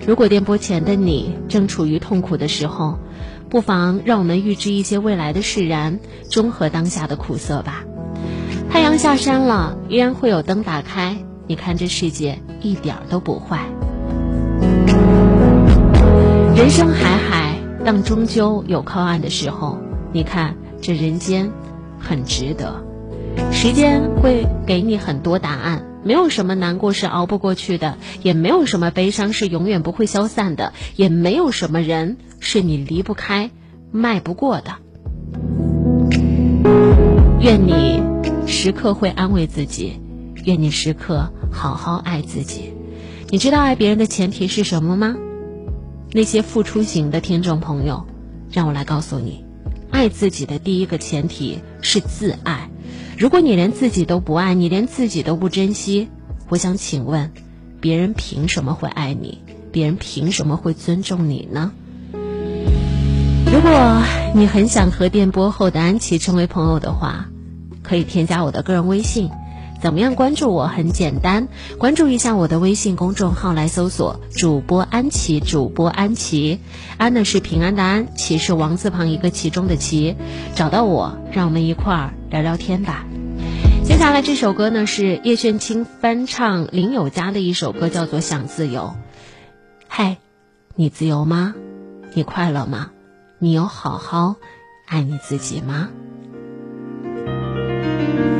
如果电波前的你正处于痛苦的时候，不妨让我们预知一些未来的释然，中和当下的苦涩吧。太阳下山了，依然会有灯打开，你看这世界一点都不坏。人生海海，但终究有靠岸的时候，你看这人间很值得。时间会给你很多答案，没有什么难过是熬不过去的，也没有什么悲伤是永远不会消散的，也没有什么人是你离不开迈不过的。愿你时刻会安慰自己，愿你时刻好好爱自己。你知道爱别人的前提是什么吗？那些付出型的听众朋友，让我来告诉你，爱自己的第一个前提是自爱。如果你连自己都不爱，你连自己都不珍惜，我想请问，别人凭什么会爱你？别人凭什么会尊重你呢？如果你很想和电波后的安琪成为朋友的话，可以添加我的个人微信。怎么样关注我？很简单，关注一下我的微信公众号，来搜索主播安琪，主播安琪，安呢是平安的安，琪是王字旁一个其中的琪，找到我，让我们一块儿聊聊天吧。接下来这首歌呢是叶炫清翻唱林宥嘉的一首歌，叫做想自由。嗨，你自由吗？你快乐吗？你有好好爱你自己吗？